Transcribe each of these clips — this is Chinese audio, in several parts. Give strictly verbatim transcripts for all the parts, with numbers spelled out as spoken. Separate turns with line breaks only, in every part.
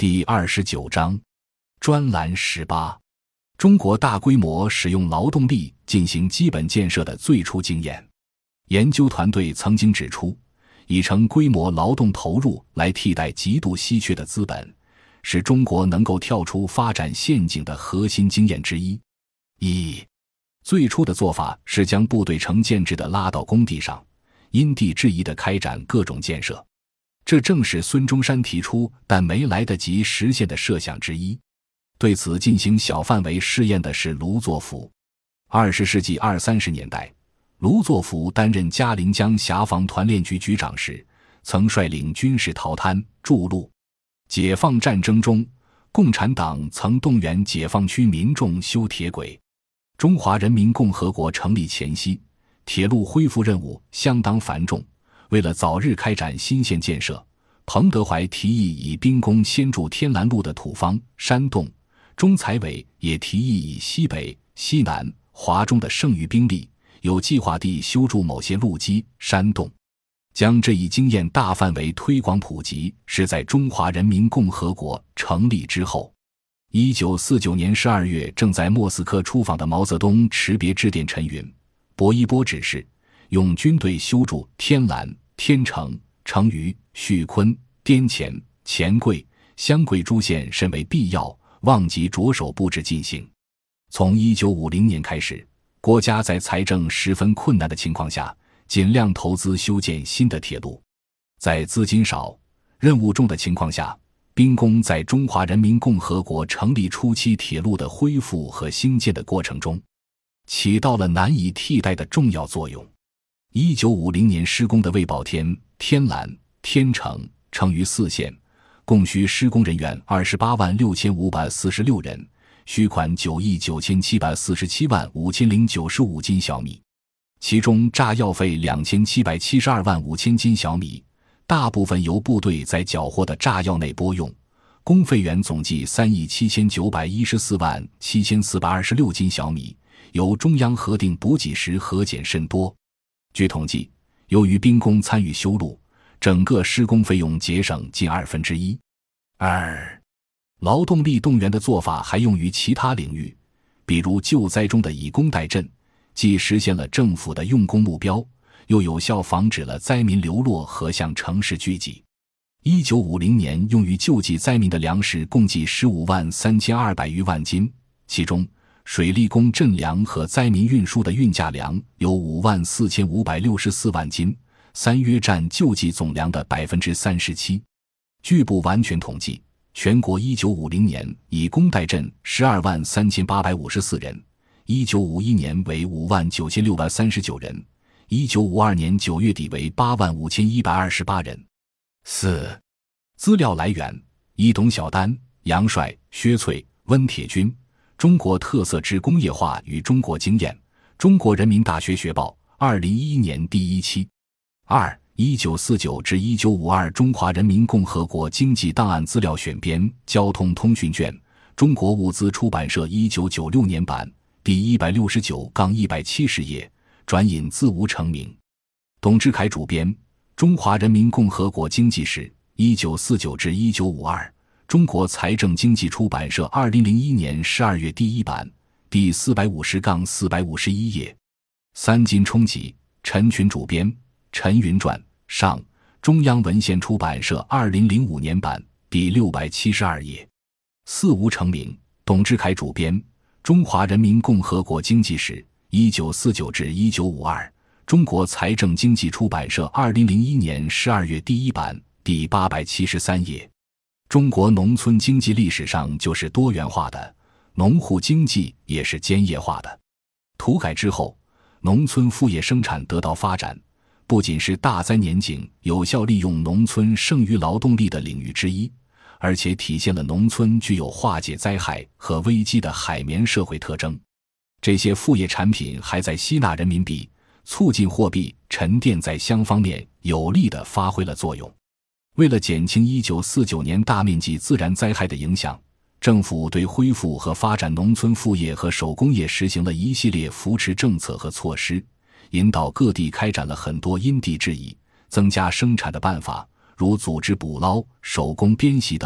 第二十九章专栏十八中国大规模使用劳动力进行基本建设的最初经验。研究团队曾经指出，以成规模劳动投入来替代极度稀缺的资本，是中国能够跳出发展陷阱的核心经验之一。一、最初的做法是将部队成建制的拉到工地上，因地制宜地开展各种建设。这正是孙中山提出但没来得及实现的设想之一。对此进行小范围试验的是卢作孚。二十世纪二三十年代，卢作孚担任嘉陵江辖防团练局局长时，曾率领军事逃滩筑路。解放战争中，共产党曾动员解放区民众修铁轨。中华人民共和国成立前夕，铁路恢复任务相当繁重。为了早日开展新线建设，彭德怀提议以兵工先筑天兰路的土方、山洞，中财委也提议以西北、西南、华中的剩余兵力，有计划地修筑某些路基、山洞。将这一经验大范围推广普及，是在中华人民共和国成立之后。一九四九年十二月，正在莫斯科出访的毛泽东持别致电陈云、薄一波指示，用军队修筑天兰、天成、成渝、叙坤、滇黔、黔桂、湘桂诸线甚为必要，望即着手布置进行。从一九五零年开始，国家在财政十分困难的情况下，尽量投资修建新的铁路。在资金少、任务重的情况下，兵工在中华人民共和国成立初期铁路的恢复和兴建的过程中，起到了难以替代的重要作用。一九五零年施工的魏宝天、天兰、天成、成渝四线，共需施工人员二十八万六千五百四十六人，需款九亿九千七百四十七万五千零九十五斤小米，其中炸药费两千七百七十二万五千斤小米，大部分由部队在缴获的炸药内拨用，公费员总计三亿七千九百一十四万七千四百二十六斤小米，由中央核定补给时核减甚多。据统计，由于兵工参与修路，整个施工费用节省近二分之一。二、劳动力动员的做法还用于其他领域，比如救灾中的以工代赈，既实现了政府的用工目标，又有效防止了灾民流落和向城市聚集。一九五零年用于救济灾民的粮食共计十五万三千二百余万斤，其中水利工赈粮和灾民运输的运价粮有五万四千五百六十四万斤，三约占救济总粮的 百分之三十七。 据不完全统计，全国一九五零年以工代赈十二万三千八百五十四人，一九五一年为五万九千六百三十九人，一九五二年九月底为八万五千一百二十八人。四、资料来源：一、董晓丹、杨帅、薛粹、温铁军，中国特色之工业化与中国经验，中国人民大学学报，二零一一年第一期。二、一九四九至一九五二中华人民共和国经济档案资料选编，交通通讯卷，中国物资出版社一九九六年版，第一百六十九至一百七十页，转引自无成名。董之凯主编，中华人民共和国经济史，一九四九至一九五二，中国财政经济出版社二零零一年十二月第一版，第四百五十至四百五十一页。三金冲集，陈群主编，陈云传，上，中央文献出版社二零零五年版，第六百七十二页。四无成名，董之凯主编，中华人民共和国经济史，一九四九至一九五二，中国财政经济出版社二零零一年十二月第一版，第八百七十三页。中国农村经济历史上就是多元化的，农户经济也是兼业化的。土改之后，农村副业生产得到发展，不仅是大灾年景有效利用农村剩余劳动力的领域之一，而且体现了农村具有化解灾害和危机的海绵社会特征。这些副业产品还在吸纳人民币、促进货币沉淀在乡方面有力地发挥了作用。为了减轻一九四九年大面积自然灾害的影响，政府对恢复和发展农村副业和手工业实行了一系列扶持政策和措施，引导各地开展了很多因地制宜、增加生产的办法，如组织捕捞、手工编洗等，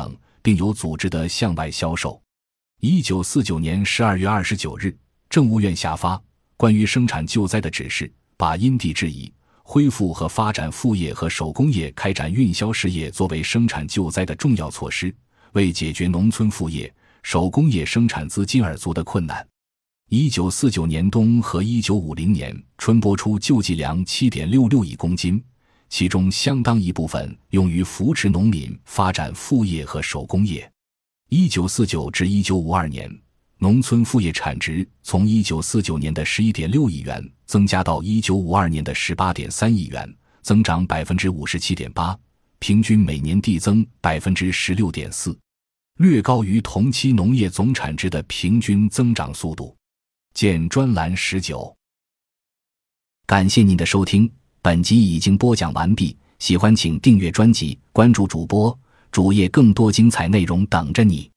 并有组织地向外销售。一九四九年十二月二十九日，政务院下发关于生产救灾的指示，把因地制宜恢复和发展副业和手工业开展运销事业作为生产救灾的重要措施，为解决农村副业、手工业生产资金而足的困难。一九四九年冬和一九五零年春拨出救济粮 七点六六亿公斤，其中相当一部分用于扶持农民发展副业和手工业。一九四九至一九五二年，农村副业产值从一九四九年的 十一点六亿元增加到一九五二年的 十八点三亿元，增长 百分之五十七点八， 平均每年递增 百分之十六点四， 略高于同期农业总产值的平均增长速度。见专栏十九。感谢您的收听，本集已经播讲完毕，喜欢请订阅专辑，关注主播，主页更多精彩内容等着你。